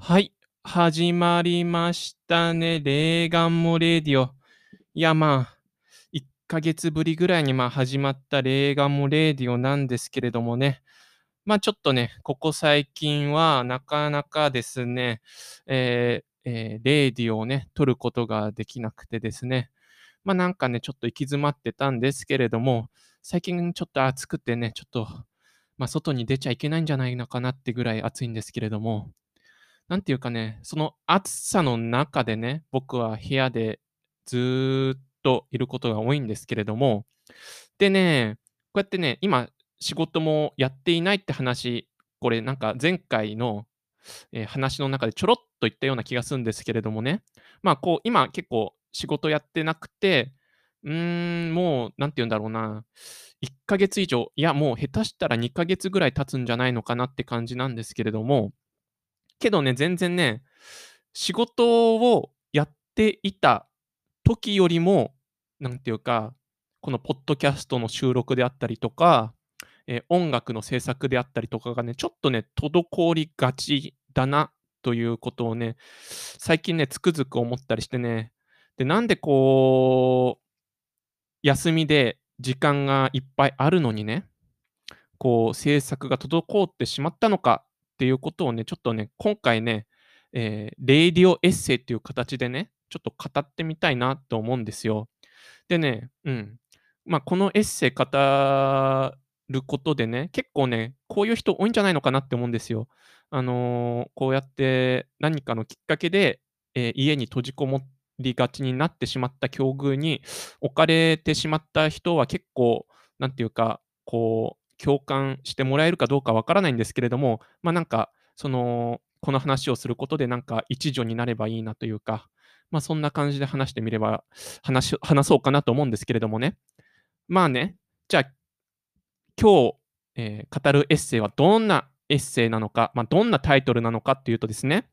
はい、始まりましたね。レーガンモレディオ。いや、1ヶ月ぶりぐらいに始まったレーガンモレディオなんですけれどもね。ちょっとね、ここ最近はなかなかですね、レーディオをね、撮ることができなくてですね。なんかね、ちょっと行き詰まってたんですけれども、最近ちょっと暑くてね、ちょっと、外に出ちゃいけないんじゃないのかなってぐらい暑いんですけれども、なんていうかね、その暑さの中でね、僕は部屋でずーっといることが多いんですけれども、でね、こうやってね、今仕事もやっていないって話、これなんか前回の、話の中でちょろっと言ったような気がするんですけれどもね、こう今結構仕事やってなくて、もうなんて言うんだろうな、1ヶ月以上、いやもう下手したら2ヶ月ぐらい経つんじゃないのかなって感じなんですけれども、けどね、全然ね、仕事をやっていた時よりも、なんていうか、このポッドキャストの収録であったりとか、音楽の制作であったりとかがね、ちょっとね、滞りがちだなということをね、最近ね、つくづく思ったりしてね。で、なんでこう、休みで時間がいっぱいあるのにね、こう制作が滞ってしまったのかっていうことをね、ちょっとね、今回ね、レイディオエッセイっていう形でね、ちょっと語ってみたいなと思うんですよ。でね、このエッセイ語ることでね、結構ね、こういう人多いんじゃないのかなって思うんですよ。こうやって何かのきっかけで、家に閉じこもりがちになってしまった境遇に置かれてしまった人は結構、なんていうか、こう、共感してもらえるかどうかわからないんですけれども、この話をすることでなんか一助になればいいなというか、そんな感じで話してみれば話そうかなと思うんですけれどもね。じゃあ、今日、語るエッセイはどんなエッセイなのか、どんなタイトルなのかっていうとですね、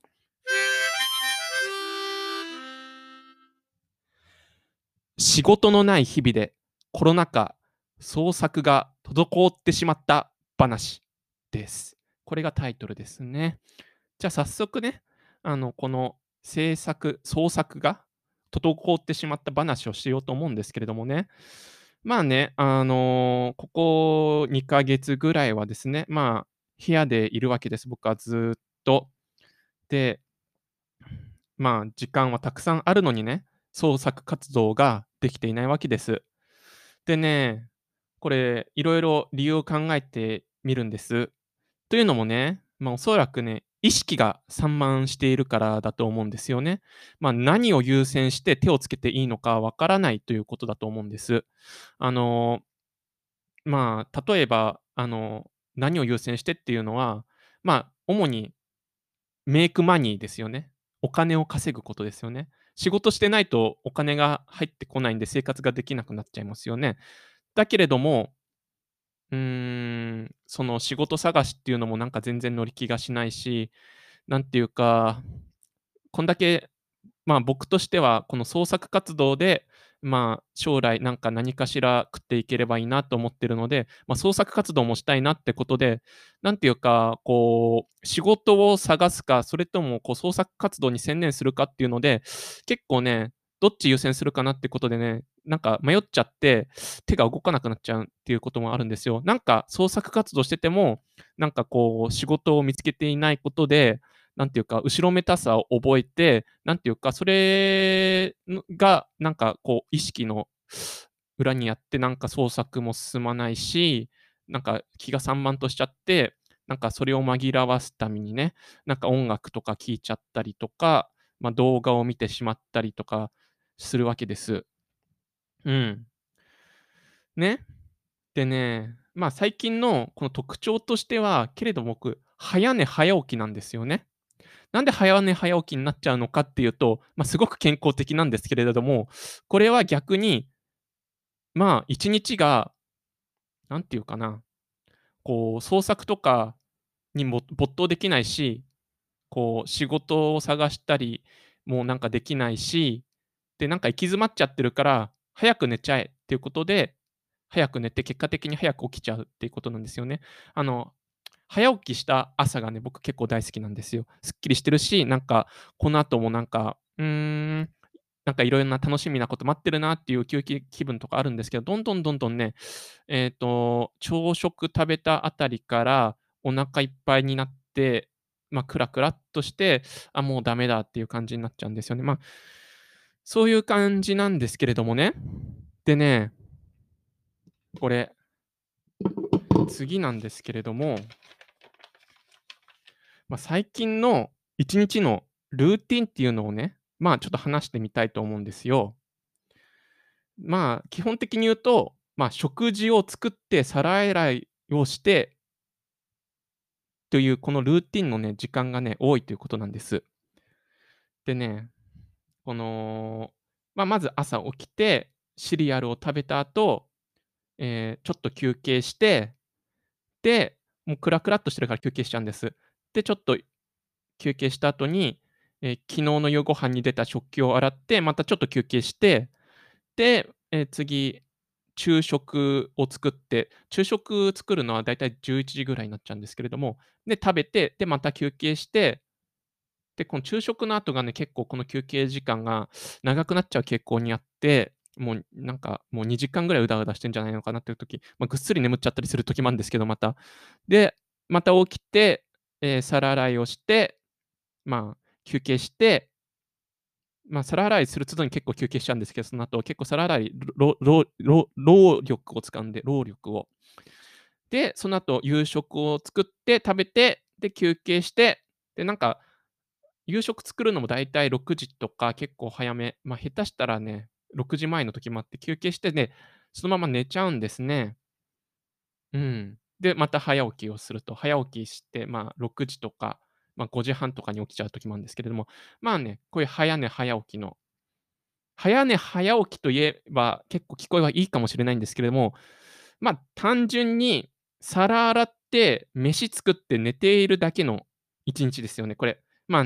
仕事のない日々でコロナ禍、創作が滞ってしまった話です。これがタイトルですね。じゃあ早速ね、この創作が滞ってしまった話をしようと思うんですけれどもね。ここ2ヶ月ぐらいはですね、部屋でいるわけです、僕はずっと。で、時間はたくさんあるのにね、創作活動ができていないわけです。でね、これ、いろいろ理由を考えてみるんです。というのもね、おそらくね、意識が散漫しているからだと思うんですよね。何を優先して手をつけていいのかわからないということだと思うんです。あの、例えば、何を優先してっていうのは、主にメイクマニーですよね。お金を稼ぐことですよね。仕事してないとお金が入ってこないんで生活ができなくなっちゃいますよね。だけれども、その仕事探しっていうのもなんか全然乗り気がしないし、なんていうか、こんだけ、僕としてはこの創作活動で、将来なんか何かしら食っていければいいなと思ってるので、創作活動もしたいなってことで、なんていうか、こう、仕事を探すか、それともこう創作活動に専念するかっていうので、結構ね、どっち優先するかなってことでね、なんか迷っちゃって、手が動かなくなっちゃうっていうこともあるんですよ。なんか創作活動してても、なんかこう仕事を見つけていないことで、なんていうか、後ろめたさを覚えて、なんていうか、それが、なんかこう、意識の裏にあって、なんか創作も進まないし、なんか気が散漫としちゃって、なんかそれを紛らわすためにね、なんか音楽とか聴いちゃったりとか、動画を見てしまったりとかするわけです。うん。ね。でね、最近のこの特徴としては、けれど僕、早寝早起きなんですよね。なんで早寝早起きになっちゃうのかっていうと、すごく健康的なんですけれども、これは逆に、1日が、なんていうかな、こう創作とかにも没頭できないし、こう仕事を探したりもなんかできないし、で、なんか行き詰まっちゃってるから、早く寝ちゃえっていうことで、早く寝て結果的に早く起きちゃうっていうことなんですよね。あの、 早起きした朝がね、僕結構大好きなんですよ。すっきりしてるし、なんか、この後もなんか、なんかいろんな楽しみなこと待ってるなっていう気分とかあるんですけど、どんどんね、朝食食べたあたりからお腹いっぱいになって、クラクラっとして、あ、もうダメだっていう感じになっちゃうんですよね。そういう感じなんですけれどもね。でね、これ、次なんですけれども、最近の1日のルーティンっていうのをね、ちょっと話してみたいと思うんですよ。基本的に言うと、食事を作って皿洗いをしてというこのルーティンのね、時間がね、多いということなんです。でね、この、まず朝起きて、シリアルを食べた後、ちょっと休憩して、で、もうクラクラっとしてるから休憩しちゃうんです。で、ちょっと休憩した後に、昨日の夜ご飯に出た食器を洗って、またちょっと休憩して、で、次、昼食を作って、昼食作るのはだいたい11時ぐらいになっちゃうんですけれども、で、食べて、で、また休憩して、で、この昼食の後がね、結構この休憩時間が長くなっちゃう傾向にあって、もうなんか、もう2時間ぐらいうだうだしてんじゃないのかなっていう時、ぐっすり眠っちゃったりする時もあるんですけど、また。で、また起きて、皿洗いをして、休憩して、皿洗いする都度に結構休憩しちゃうんですけど、その後結構皿洗い、労力を使うんで、労力を。で、その後夕食を作って食べて、で、休憩して、で、なんか夕食作るのもだいたい6時とか結構早め、下手したらね、6時前の時もあって休憩してね、そのまま寝ちゃうんですね。うん。で、また早起きをすると、早起きして、6時とか、5時半とかに起きちゃう時もあるんですけれども、こういう早寝早起きの早寝早起きといえば、結構聞こえはいいかもしれないんですけれども、単純に皿洗って、飯作って寝ているだけの1日ですよね、これ。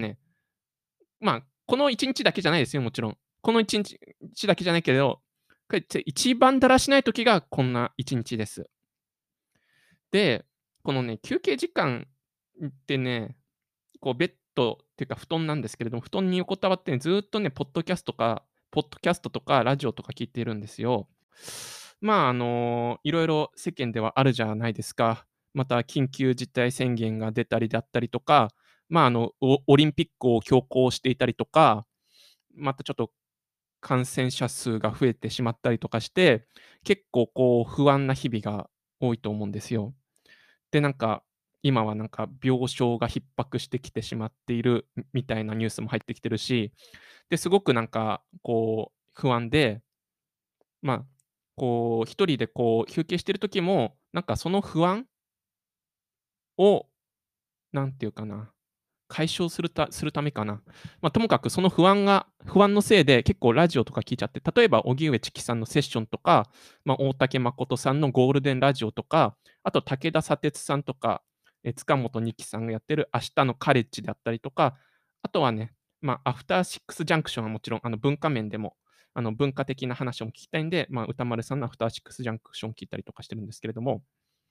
この1日だけじゃないですよ、もちろん。この1日だけじゃないけど、これ一番だらしない時がこんな1日です。で、このね、休憩時間ってね、こうベッドっていうか布団なんですけれども、布団に横たわってね、ずーっとね、ポッドキャストとかラジオとか聞いているんですよ。いろいろ世間ではあるじゃないですか。また緊急事態宣言が出たりだったりとか、オリンピックを強行していたりとか、またちょっと感染者数が増えてしまったりとかして、結構こう不安な日々が多いと思うんですよ。で、なんか、今はなんか病床が逼迫してきてしまっているみたいなニュースも入ってきてるし、で、すごくなんかこう不安で、まあ、こう一人でこう休憩してる時も、なんかその不安を、なんていうかな、解消するためかな。ともかくその不安のせいで結構ラジオとか聞いちゃって、例えば荻上チキさんのセッションとか、大竹誠さんのゴールデンラジオとか、あと武田砂鉄さんとか、塚本二木さんがやってる明日のカレッジであったりとか、あとはね、アフターシックスジャンクションはもちろん、文化面でも、文化的な話も聞きたいんで、歌丸さんのアフターシックスジャンクション聞いたりとかしてるんですけれども、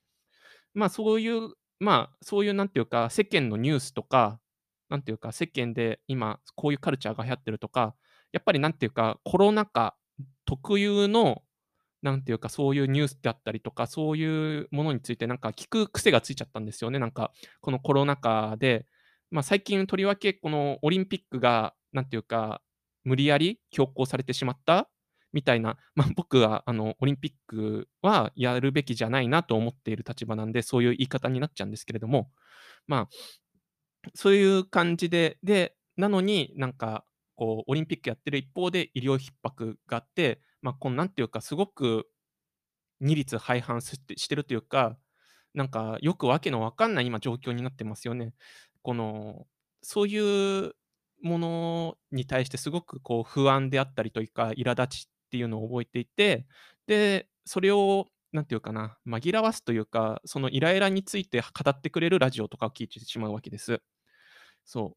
そういうなんていうか、世間のニュースとか、なんていうか、世間で今こういうカルチャーが流行ってるとか、やっぱりなんていうか、コロナ禍特有の、なんていうか、そういうニュースであったりとか、そういうものについてなんか聞く癖がついちゃったんですよね。なんか、このコロナ禍で、最近とりわけこのオリンピックが、なんていうか、無理やり強行されてしまったみたいな、僕はオリンピックはやるべきじゃないなと思っている立場なんで、そういう言い方になっちゃうんですけれども、まあ、そういう感じで、なのになんか、こうオリンピックやってる一方で医療逼迫があって、このなんていうか、すごく二律背反してるというか、なんかよくわけのわかんない今状況になってますよね。この、そういうものに対してすごくこう不安であったりというか、苛立ちっていうのを覚えていて、で、それをなんていうかな、紛らわすというか、そのイライラについて語ってくれるラジオとかを聞いてしまうわけです。そう。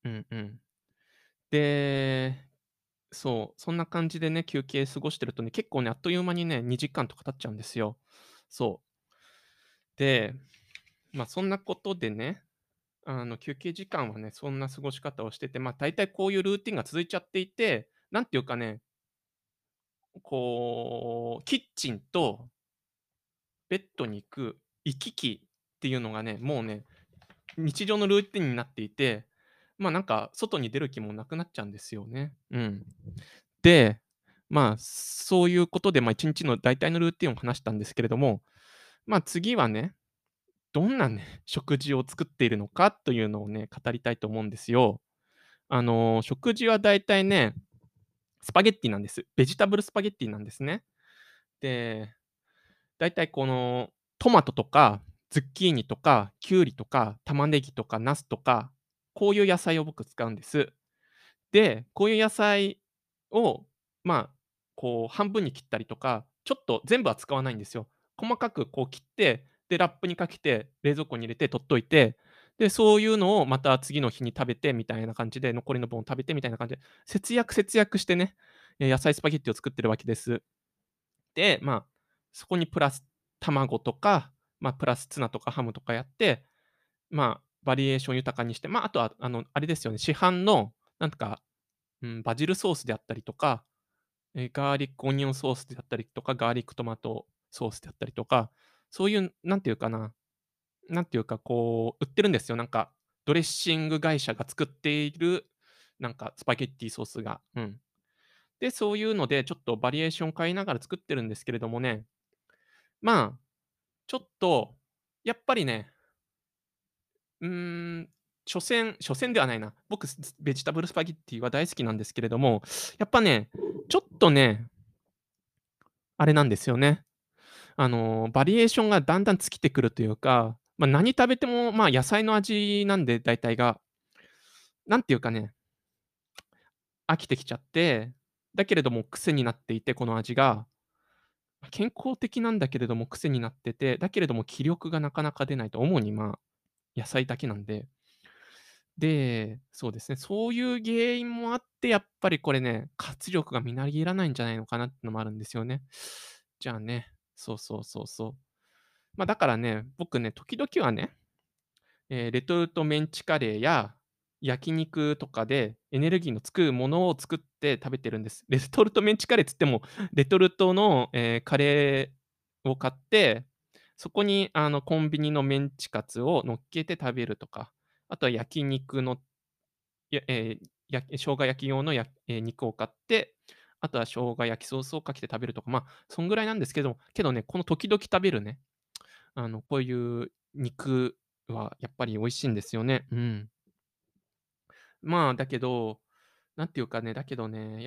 うんうん。で、そんな感じでね、休憩過ごしてるとね、結構ね、あっという間にね、2時間とか経っちゃうんですよ。そう。で、 そんなことでね、休憩時間はね、そんな過ごし方をしてて、大体こういうルーティンが続いちゃっていて、なんていうかね、こう、キッチンとベッドに行く行き来っていうのがね、もうね、日常のルーティンになっていて、なんか外に出る気もなくなっちゃうんですよね。うん。で、そういうことで、1日の大体のルーティンを話したんですけれども、次はね、どんなね、食事を作っているのかというのをね、語りたいと思うんですよ。食事は大体ね、スパゲッティなんです。ベジタブルスパゲッティなんですね。で、大体このトマトとかズッキーニとかキュウリとか玉ねぎとかナスとか、こういう野菜を僕使うんです。で、こういう野菜を、まあ、こう半分に切ったりとか、ちょっと全部は使わないんですよ。細かくこう切って、で、ラップにかけて冷蔵庫に入れて取っといて、で、そういうのをまた次の日に食べてみたいな感じで、残りの分を食べてみたいな感じで、節約してね、野菜スパゲッティを作ってるわけです。で、そこにプラス卵とか、プラスツナとかハムとかやって、バリエーション豊かにして、あとはあれですよね、市販のなんかバジルソースであったりとか、ガーリックオニオンソースであったりとか、ガーリックトマトソースであったりとか、そういうなんていうかな、なんていうか、こう、売ってるんですよ。なんか、ドレッシング会社が作っている、なんかスパゲッティソースが。うん。で、そういうので、ちょっとバリエーション変えながら作ってるんですけれどもね、まあ、ちょっと、やっぱりね、うーん、所詮ではないな。僕、ベジタブルスパゲッティは大好きなんですけれども、やっぱね、ちょっとね、あれなんですよね。バリエーションがだんだん尽きてくるというか、何食べても、野菜の味なんで、大体が。なんていうかね、飽きてきちゃって、だけれども癖になっていて、この味が。健康的なんだけれども癖になってて、だけれども気力がなかなか出ないと、主に、野菜だけなんで。で、そうですね、そういう原因もあって、やっぱりこれね、活力がみなぎらないんじゃないのかなってのもあるんですよね。じゃあね、そう。だからね、僕ね、時々はね、レトルトメンチカレーや焼肉とかでエネルギーのつくものを作って食べてるんです。レトルトメンチカレーっつっても、レトルトの、カレーを買って、そこにコンビニのメンチカツを乗っけて食べるとか、あとは焼肉の、や生姜焼き用の肉を買って、あとは生姜焼きソースをかけて食べるとか、そんぐらいなんですけど、けどね、この時々食べるね、こういう肉はやっぱり美味しいんですよね。うん。だけど、なんていうかね、だけどね、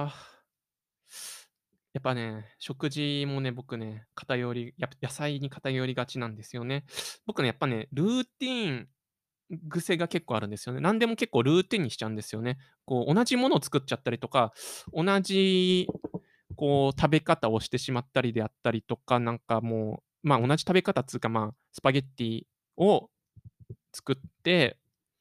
やっぱね、食事もね、僕ね、野菜に偏りがちなんですよね。僕ね、やっぱね、ルーティン癖が結構あるんですよね。何でも結構ルーティンにしちゃうんですよね。こう同じものを作っちゃったりとか、同じこう食べ方をしてしまったりであったりとか、なんかもう、同じ食べ方っつうか、スパゲッティを作って、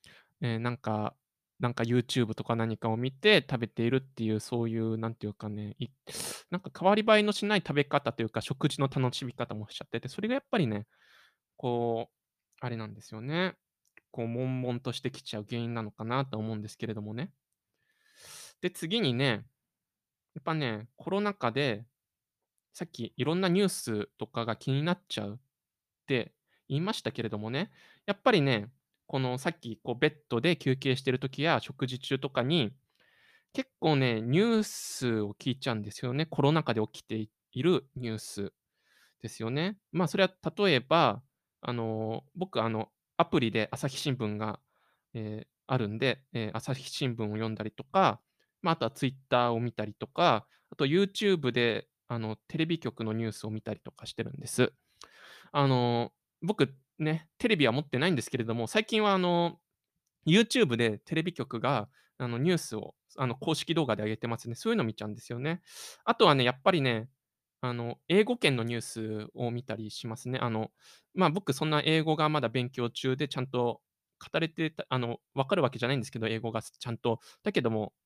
なんか YouTube とか何かを見て食べているっていう、そういうなんていうかね、なんか代わり映えのしない食べ方というか、食事の楽しみ方もしちゃってて、それがやっぱりね、こう、あれなんですよね。こう悶々としてきちゃう原因なのかなと思うんですけれどもね。で、次にね、やっぱね、コロナ禍で、さっきいろんなニュースとかが気になっちゃうって言いましたけれどもね、やっぱりね、このさっきこうベッドで休憩してる時や食事中とかに、結構ね、ニュースを聞いちゃうんですよね。コロナ禍で起きているニュースですよね。それは例えば、僕アプリで朝日新聞が、あるんで、朝日新聞を読んだりとか、あとはツイッターを見たりとか、あと YouTube でテレビ局のニュースを見たりとかしてるんです。あの、僕ね、テレビは持ってないんですけれども、最近はYouTube でテレビ局が、ニュースを、公式動画で上げてますね。そういうの見ちゃうんですよね。あとはね、やっぱりね、英語圏のニュースを見たりしますね。僕そんな英語がまだ勉強中で、ちゃんと語れてた分かるわけじゃないんですけど、英語がちゃんと。だけども、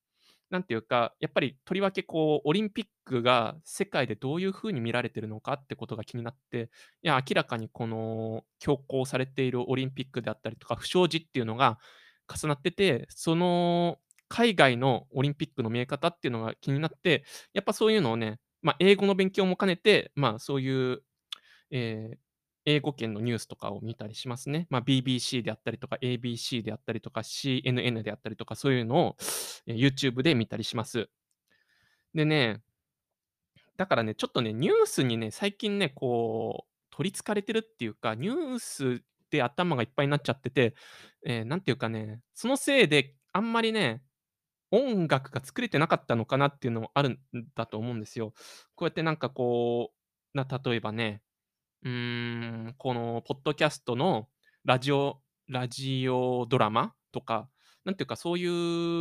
なんていうか、やっぱりとりわけこう、オリンピックが世界でどういう風に見られてるのかってことが気になって、いや、明らかにこの強行されているオリンピックであったりとか、不祥事っていうのが重なってて、その海外のオリンピックの見え方っていうのが気になって、やっぱそういうのをね、英語の勉強も兼ねて、そういうえー英語圏のニュースとかを見たりしますね。BBC であったりとか、ABC であったりとか、CNN であったりとか、そういうのを、YouTube で見たりします。でね、だからね、ちょっとね、ニュースにね、最近ね、こう、取り憑かれてるっていうか、ニュースで頭がいっぱいになっちゃってて、なんていうかね、そのせいであんまりね、音楽が作れてなかったのかなっていうのもあるんだと思うんですよ。こうやってなんかこう、例えばね、このポッドキャストのラジオラジオドラマとか、なんていうか、そういう、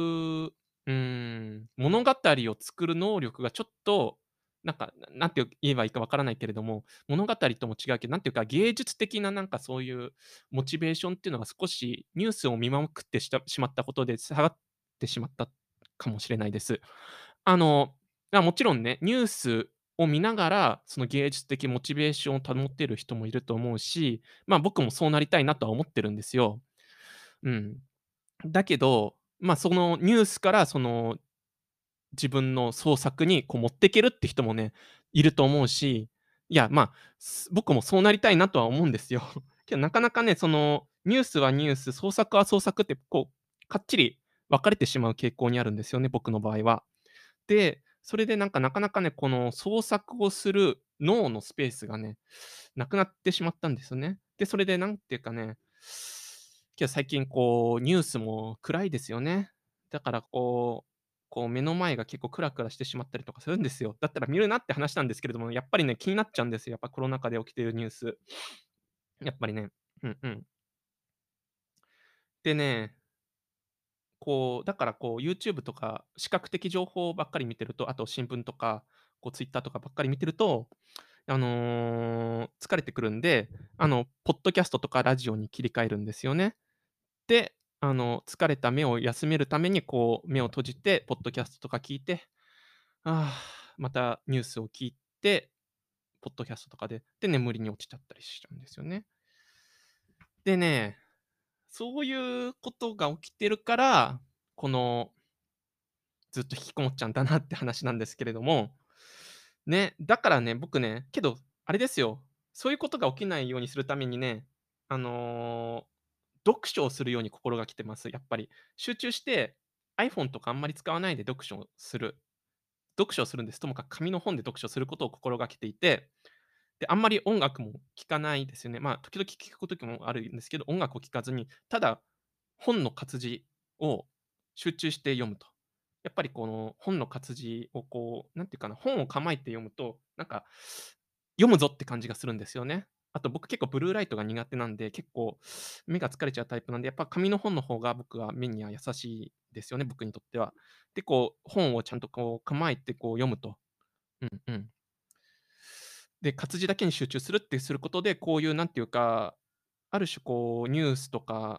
物語を作る能力がちょっと、なんて言えばいいかわからないけれども、物語とも違うけど、なんていうか、芸術的ななんかそういうモチベーションっていうのが少しニュースを見まくってしまったことで下がってしまったかもしれないです。あの、もちろんね、ニュースを見ながら、その芸術的モチベーションを保ってる人もいると思うし、僕もそうなりたいなとは思ってるんですよ。うん。だけど、そのニュースからその自分の創作にこう持っていけるって人もね、いると思うし、いや、僕もそうなりたいなとは思うんですよ。けどなかなかね、そのニュースはニュース、創作は創作ってこう、かっちり分かれてしまう傾向にあるんですよね、僕の場合は。で、それでなかなかね、この創作をする脳のスペースがね、なくなってしまったんですよね。で、それでなんていうかね、最近こうニュースも暗いですよね。だからこう目の前が結構クラクラしてしまったりとかするんですよ。だったら見るなって話なんですけれども、やっぱりね、気になっちゃうんですよ。やっぱコロナ禍で起きているニュース。やっぱりね。うんうん。でね、だからこう YouTube とか視覚的情報ばっかり見てると、あと新聞とか、こう Twitter とかばっかり見てると、疲れてくるんで、ポッドキャストとかラジオに切り替えるんですよね。で、疲れた目を休めるために、こう目を閉じて、ポッドキャストとか聞いて、またニュースを聞いて、ポッドキャストとかで眠りに落ちちゃったりしちゃうんですよね。でね、そういうことが起きてるから、このずっと引きこもっちゃうんだなって話なんですけれども、ね、だからね、僕ね、けど、あれですよ、そういうことが起きないようにするためにね、あの、読書をするように心がけてます、やっぱり。集中して、iPhone とかあんまり使わないで読書をするんです。ともかく紙の本で読書することを心がけていて、で、あんまり音楽も聴かないですよね。時々聴く時もあるんですけど、音楽を聴かずに、ただ本の活字を集中して読むと。やっぱりこの本の活字をこう、なんていうかな、本を構えて読むと、読むぞって感じがするんですよね。あと僕結構ブルーライトが苦手なんで、結構目が疲れちゃうタイプなんで、やっぱ紙の本の方が僕は目には優しいですよね、僕にとっては。で、こう本をちゃんとこう構えてこう読むと。うんうん。で、活字だけに集中することで、こういうなんていうか、ある種こうニュースとか、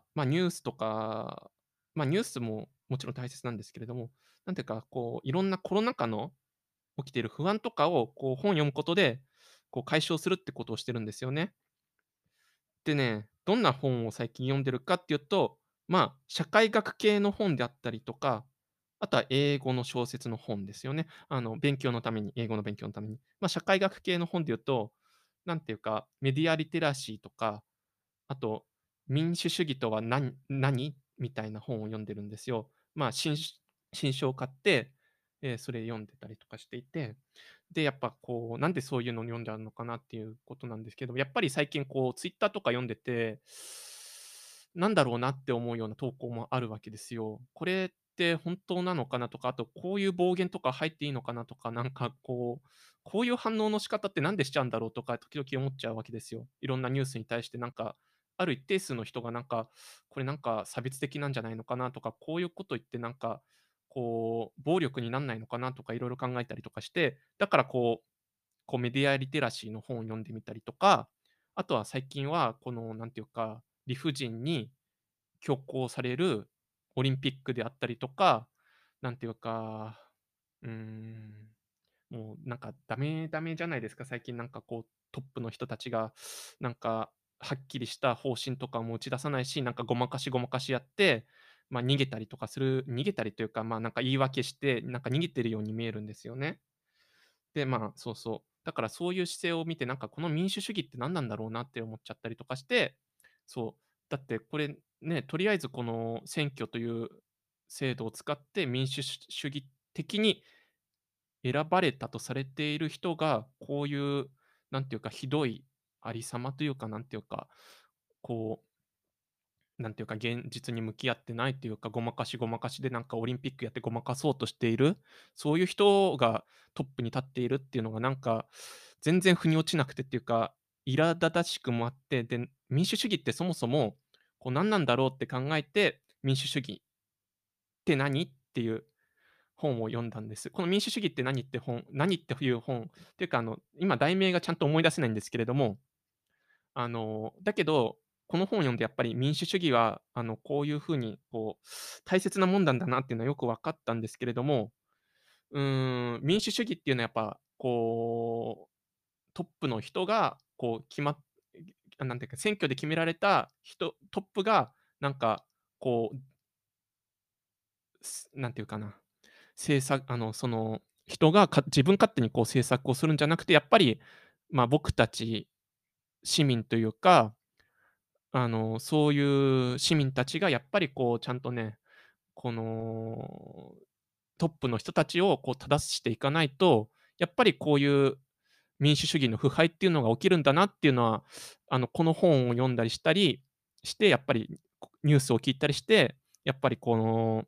ニュースももちろん大切なんですけれども、なんていうか、こういろんなコロナ禍の起きている不安とかをこう本読むことで、こう解消するってことをしてるんですよね。でね、どんな本を最近読んでるかっていうと、社会学系の本であったりとか、あとは英語の小説の本ですよね。勉強のために、英語の勉強のために。社会学系の本で言うと、なんていうか、メディアリテラシーとか、あと、民主主義とは何みたいな本を読んでるんですよ。新書を買って、それ読んでたりとかしていて、で、やっぱこう、なんでそういうのを読んであるのかなっていうことなんですけど、やっぱり最近こう、ツイッターとか読んでて、なんだろうなって思うような投稿もあるわけですよ。これって本当なのかなとか、あとこういう暴言とか入っていいのかなとか、こういう反応の仕方ってなんでしちゃうんだろうとか、時々思っちゃうわけですよ。いろんなニュースに対してある一定数の人がこれ差別的なんじゃないのかなとか、こういうこと言ってこう、暴力になんないのかなとかいろいろ考えたりとかして、だからこうメディアリテラシーの本を読んでみたりとか、あとは最近はこのなんていうか、理不尽に強行されるオリンピックであったりとか、 なんていうか、うーん、もうなんかダメダメじゃないですか、最近なんかこうトップの人たちが、なんかはっきりした方針とかも打ち出さないし、なんかごまかしごまかしやって、逃げたりとかする逃げたりというか、なんか言い訳して、なんか逃げてるように見えるんですよね。で、そうそう。だからそういう姿勢を見て、なんかこの民主主義って何なんだろうなって思っちゃったりとかして、そう、だってこれね、とりあえずこの選挙という制度を使って民主主義的に選ばれたとされている人が、こういう、なんていうか、ひどいありさまというか、なんていうか、こなんていうか、現実に向き合ってないというか、ごまかしごまかしでなんかオリンピックやってごまかそうとしている、そういう人がトップに立っているっていうのがなんか、全然腑に落ちなくてっていうか、苛立たしくもあって、で、民主主義ってそもそも、こう何なんだろうって考えて、民主主義って何っていう本を読んだんです。この民主主義って何っていう本っていうか、今題名がちゃんと思い出せないんですけれども、だけど、この本を読んでやっぱり民主主義は、こういう風に、こう、大切なもんなんだなっていうのはよく分かったんですけれども、民主主義っていうのはやっぱ、こう、トップの人が、こう、なんていうか、選挙で決められたトップが、なんか、こう、なんていうかな、政策その、人が自分勝手にこう政策をするんじゃなくて、やっぱり、僕たち市民というか、そういう市民たちがやっぱりこうちゃんとね、このトップの人たちをこう正していかないと、やっぱりこういう民主主義の腐敗っていうのが起きるんだなっていうのは、この本を読んだりしたりして、やっぱりニュースを聞いたりして、やっぱりこの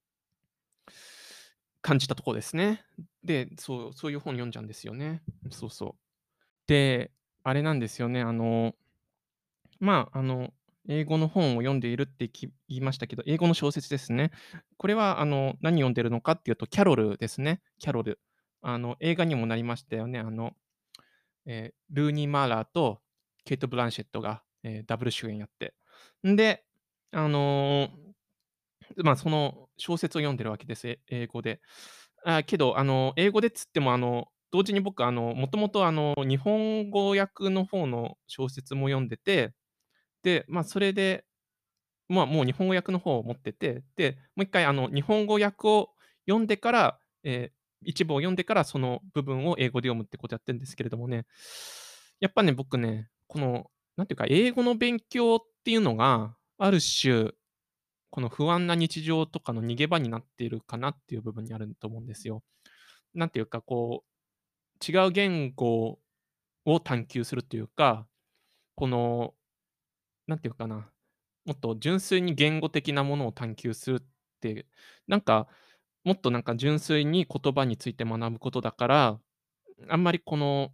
感じたところですね。で、そういう本読んじゃうんですよね。そうそう。で、あれなんですよね、まあ、英語の本を読んでいるって言いましたけど、英語の小説ですね。これは、何読んでるのかっていうと、キャロルですね、キャロル。映画にもなりましたよね。ルーニー・マーラーとケイト・ブランシェットが、ダブル主演やって。んで、あの、その小説を読んでるわけです、英語で。けど、英語でっつっても、同時に僕、もともと、日本語訳の方の小説も読んでて、で、それで、もう日本語訳の方を持ってて、で、もう一回日本語訳を読んでから、一部を読んでからその部分を英語で読むってことやってるんですけれどもね、やっぱね、僕ね、この、なんていうか、英語の勉強っていうのが、ある種、この不安な日常とかの逃げ場になっているかなっていう部分にあると思うんですよ。なんていうか、こう、違う言語を探求するっていうか、この、なんていうかな、もっと純粋に言語的なものを探求するって、なんか、もっとなんか純粋に言葉について学ぶことだから、あんまりこの、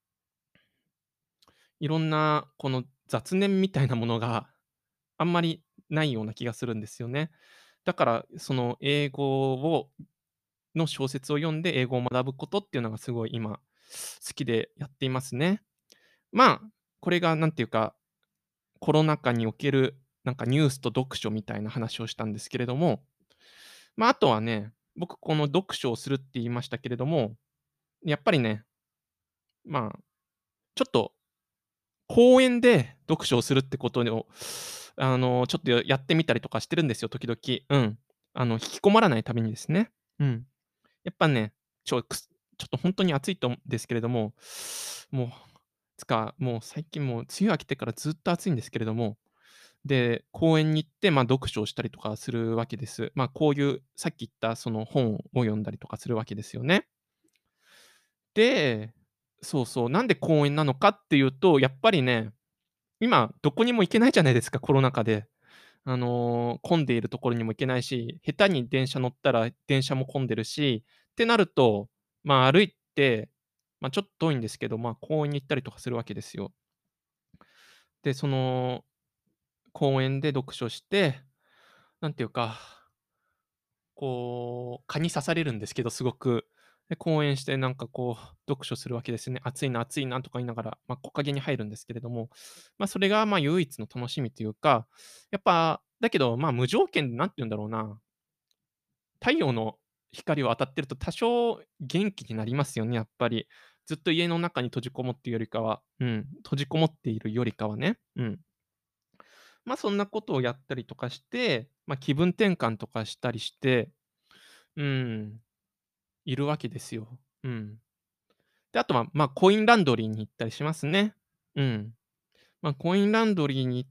いろんなこの雑念みたいなものがあんまりないような気がするんですよね。だから、その英語の小説を読んで英語を学ぶことっていうのがすごい今、好きでやっていますね。これがなんていうか、コロナ禍におけるなんかニュースと読書みたいな話をしたんですけれども、あとはね、僕この読書をするって言いましたけれども、やっぱりね、まあ、ちょっと公園で読書をするってことを、ちょっとやってみたりとかしてるんですよ、時々。うん。引きこもらないためにですね。うん。やっぱね、ちょっとほんとに暑いですけれども、もう、もう最近もう梅雨明けてからずっと暑いんですけれども、で、公園に行って、読書をしたりとかするわけです。こういうさっき言ったその本を読んだりとかするわけですよね。で、そうそう、なんで公園なのかっていうと、やっぱりね、今どこにも行けないじゃないですか、コロナ禍で。混んでいるところにも行けないし、下手に電車乗ったら電車も混んでるし、ってなると、歩いて、ちょっと遠いんですけど、公園に行ったりとかするわけですよ。で、その公園で読書して、なんていうか、こう、蚊に刺されるんですけど、すごく。で、講演してなんかこう、読書するわけですね。暑いな暑いなとか言いながら、木陰に入るんですけれども、それが唯一の楽しみというか、やっぱ、だけど、無条件でなんて言うんだろうな、太陽の光を当たってると多少元気になりますよね、やっぱり。ずっと家の中に閉じこもっているよりかは、うん、閉じこもっているよりかはね。うん。そんなことをやったりとかして、気分転換とかしたりして、うん、いるわけですよ。うん。で、あとは、コインランドリーに行ったりしますね。うん。コインランドリーに行って、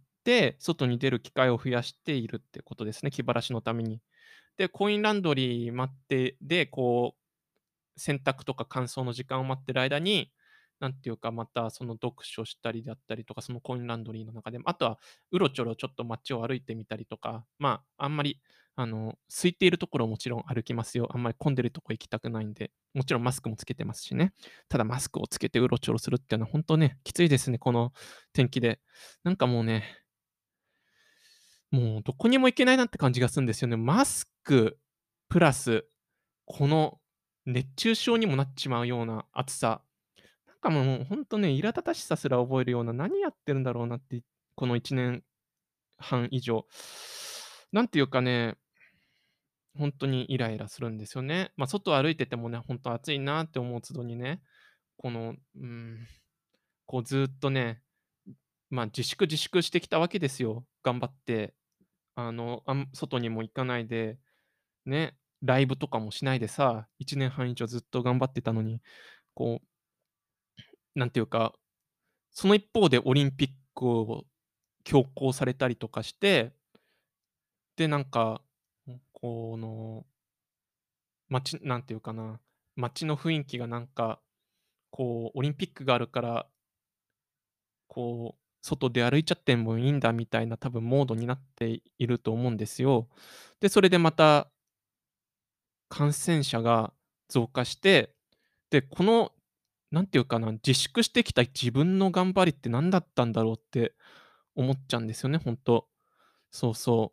外に出る機会を増やしているってことですね、気晴らしのために。で、コインランドリー待って、で、こう、洗濯とか乾燥の時間を待ってる間に、なんていうか、またその読書したりだったりとか、そのコインランドリーの中でも、あとはうろちょろちょっと街を歩いてみたりとか、あんまり、空いているところをもちろん歩きますよ。あんまり混んでるとこ行きたくないんで。もちろんマスクもつけてますしね。ただマスクをつけてうろちょろするっていうのは本当ね、きついですね、この天気で。なんかもうね、もうどこにも行けないなって感じがするんですよね。マスクプラス、この熱中症にもなっちまうような暑さ。なんかもうほんとね、苛立たしさすら覚えるような、何やってるんだろうなって、この1年半以上。なんていうかね、ほんとにイライラするんですよね。外を歩いててもね、ほんと暑いなって思う都度にね、この、こうずっとね、自粛してきたわけですよ、頑張って。外にも行かないで、ね、ライブとかもしないでさ、1年半以上ずっと頑張ってたのに、こなんていうか、その一方でオリンピックを強行されたりとかして、で、なんか、この、なんていうかな、街の雰囲気がなんか、こう、オリンピックがあるから、こう、外で歩いちゃってもいいんだみたいな多分モードになっていると思うんですよ。で、それでまた感染者が増加して、で、この、なんていうかな、自粛してきた自分の頑張りって何だったんだろうって思っちゃうんですよね、ほんと。そうそう。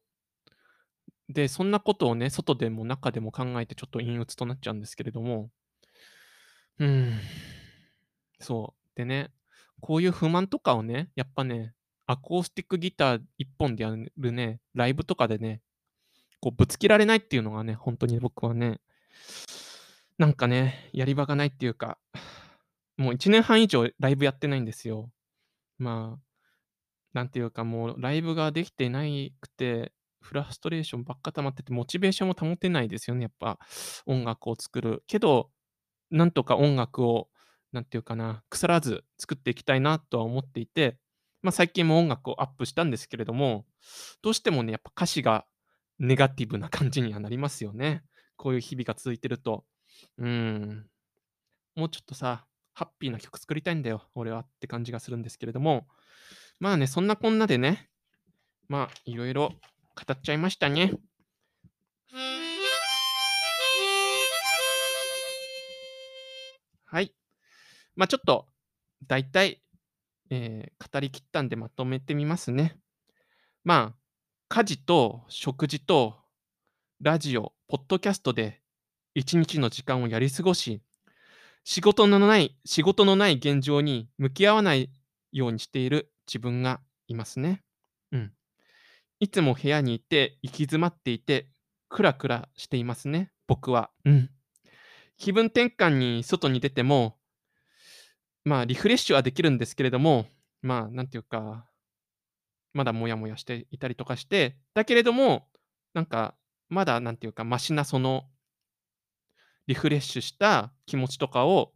で、そんなことをね、外でも中でも考えてちょっと陰鬱となっちゃうんですけれども、うーん、そう。でね、こういう不満とかをね、やっぱね、アコースティックギター一本でやるね、ライブとかでね、こうぶつけられないっていうのがね、ほんとに僕はね、なんかね、やり場がないっていうか、もう1年半以上ライブやってないんですよ。まあ、なんていうか、もうライブができてないくて、フラストレーションばっか溜まってて、モチベーションも保てないですよね、やっぱ、音楽を作る。けど、なんとか音楽を、なんていうかな、腐らず作っていきたいなとは思っていて、最近も音楽をアップしたんですけれども、どうしてもね、やっぱ歌詞がネガティブな感じにはなりますよね。こういう日々が続いてると。うーん。もうちょっとさ、ハッピーな曲作りたいんだよ、俺はって感じがするんですけれども、そんなこんなでね、いろいろ語っちゃいましたね。はい。ちょっと、だいたい、語りきったんでまとめてみますね。まあ、家事と食事とラジオ、ポッドキャストで1日の時間をやり過ごし、仕事のない現状に向き合わないようにしている自分がいますね。うん。いつも部屋にいて、行き詰まっていて、クラクラしていますね、僕は。うん。気分転換に外に出ても、リフレッシュはできるんですけれども、なんていうか、まだモヤモヤしていたりとかして、だけれども、なんか、まだなんていうか、マシなそのリフレッシュした気持ちとかを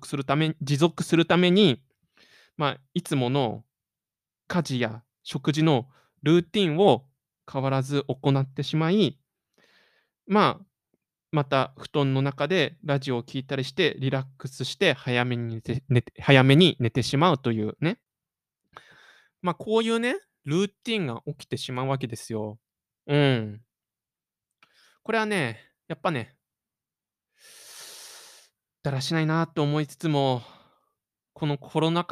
持続するために、いつもの家事や食事のルーティンを変わらず行ってしまい、まあ、また布団の中でラジオを聴いたりしてリラックスして早めに寝てしまうというね、こういうね、ルーティンが起きてしまうわけですよ。うん。これはね、やっぱね、だらしないなと思いつつも、この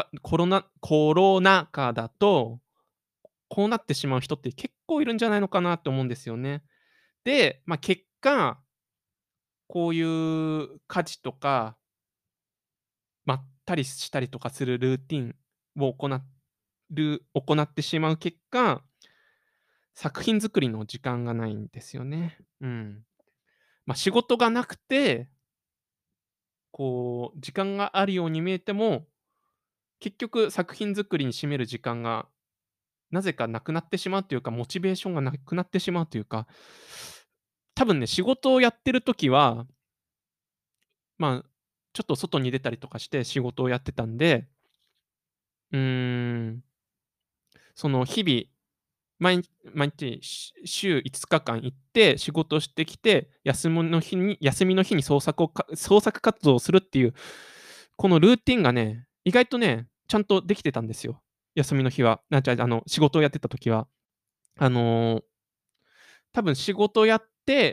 コロナ禍だと、こうなってしまう人って結構いるんじゃないのかなって思うんですよね。で、結果、こういう家事とか、まったりしたりとかするルーティンを行ってしまう結果、作品作りの時間がないんですよね。うん。 仕事がなくて、こう時間があるように見えても、結局作品作りに占める時間がなぜかなくなってしまうというか、モチベーションがなくなってしまうというか、多分ね、仕事をやってる時は、まあ、ちょっと外に出たりとかして仕事をやってたんで、うーん、その日々、毎日週5日間行って仕事してきて、休みの日に創作活動をするっていう、このルーティンがね、意外とね、ちゃんとできてたんですよ。休みの日は。仕事をやってた時は。あの、多分仕事やって、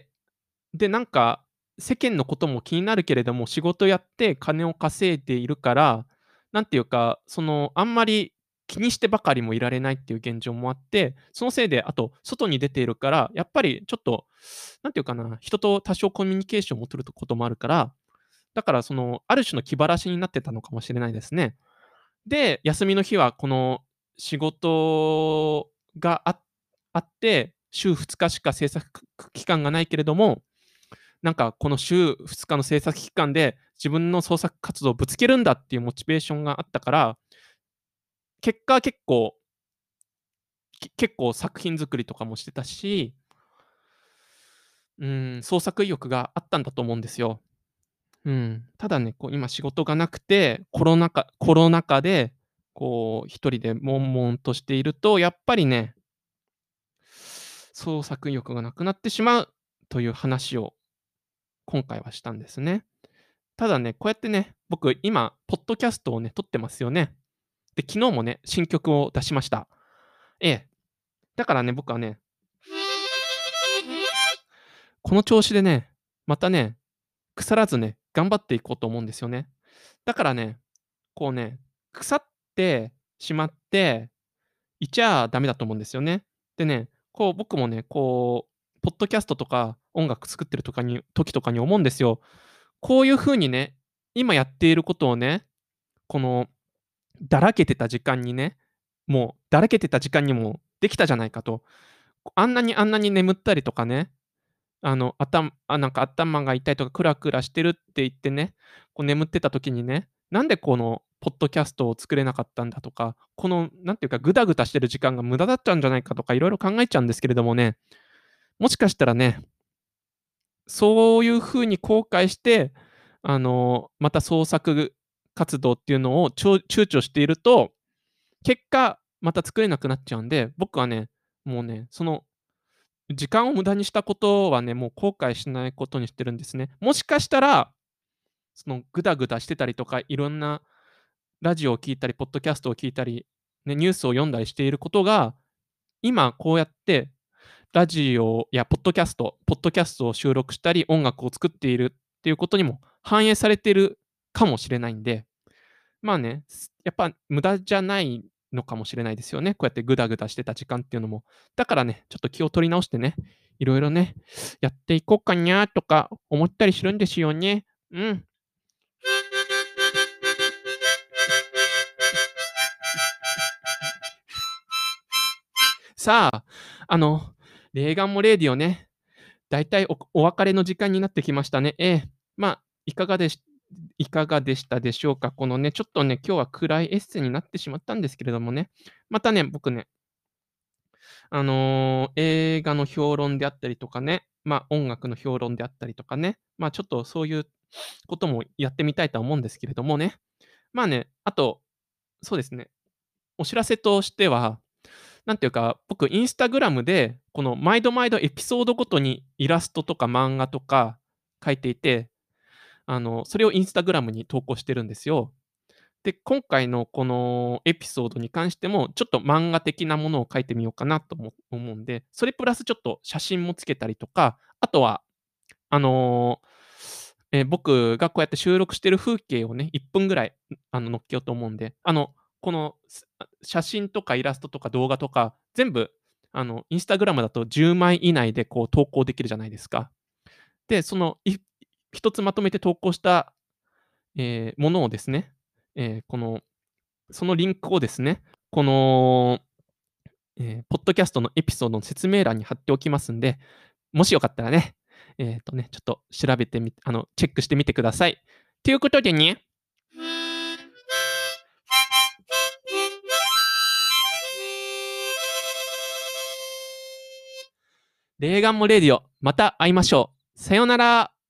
で、なんか、世間のことも気になるけれども、仕事やって金を稼いでいるから、なんていうか、あんまり気にしてばかりもいられないっていう現状もあって、そのせいで、あと、外に出ているから、やっぱりちょっと、なんていうかな、人と多少コミュニケーションを取ることもあるから、だからある種の気晴らしになってたのかもしれないですね。で、休みの日はこの仕事があって、週2日しか制作期間がないけれども、なんかこの週2日の制作期間で自分の創作活動をぶつけるんだっていうモチベーションがあったから、結果結構作品作りとかもしてたし、創作意欲があったんだと思うんですよ。ただね、こう今仕事がなくて、コロナ禍で、こう一人で悶々としていると、やっぱりね、創作意欲がなくなってしまうという話を今回はしたんですね。ただね、こうやってね、僕今、ポッドキャストをね、撮ってますよね。で、昨日もね、新曲を出しました。ええ。だからね、僕はね、この調子でね、またね、腐らずね、頑張っていこうと思うんですよね。だからね、こうね、腐ってしまっていちゃダメだと思うんですよね。でね、こう僕もね、こう、ポッドキャストとか音楽作ってる時とかに思うんですよ。こういう風にね、今やっていることをね、このだらけてた時間にね、もうだらけてた時間にもできたじゃないかと。あんなに眠ったりとかね、なんか頭が痛いとかクラクラしてるって言ってね、こう眠ってた時にね、なんでこのポッドキャストを作れなかったんだとか、このなんていうか、ぐだぐだしてる時間が無駄だったんじゃないかとか、いろいろ考えちゃうんですけれどもね、もしかしたらね、そういう風に後悔して、また創作活動っていうのを躊躇していると、結果、また作れなくなっちゃうんで、僕はね、もうね、時間を無駄にしたことはね、もう後悔しないことにしてるんですね。もしかしたら、グダグダしてたりとか、いろんなラジオを聞いたり、ポッドキャストを聞いたり、ね、ニュースを読んだりしていることが、今こうやってラジオやポッドキャストを収録したり、音楽を作っているっていうことにも反映されているかもしれないんで、まあね、やっぱ無駄じゃないのかもしれないですよね。こうやってグダグダしてた時間っていうのも。だからね、ちょっと気を取り直してね、いろいろね、やっていこうかにゃとか思ったりするんですよね。うん。さあ、あの、レーガンもレーディオね、だいたいお別れの時間になってきましたね。ええ。まあ、いかがでしたでしょうか。このね、ちょっとね、今日は暗いエッセイになってしまったんですけれどもね、またね、僕ね、映画の評論であったりとかね、音楽の評論であったりとかね、ちょっとそういうこともやってみたいとは思うんですけれどもね。あと、そうですね、お知らせとしては、なんていうか、僕インスタグラムで、この毎度毎度エピソードごとにイラストとか漫画とか描いていて、それをインスタグラムに投稿してるんですよ。で、今回のこのエピソードに関しても、ちょっと漫画的なものを書いてみようかなと思うんで、それプラスちょっと写真もつけたりとか、あとは、あの、僕がこうやって収録してる風景をね、1分ぐらい、載っけようと思うんで、この、写真とかイラストとか動画とか、全部、インスタグラムだと10枚以内でこう投稿できるじゃないですか。で、一つまとめて投稿した、ものをですね、そのリンクをですね、この、ポッドキャストのエピソードの説明欄に貼っておきますんで、もしよかったらね、 ちょっと調べてみチェックしてみてください。ということでね、レーガンもレディオ、また会いましょう。さようなら。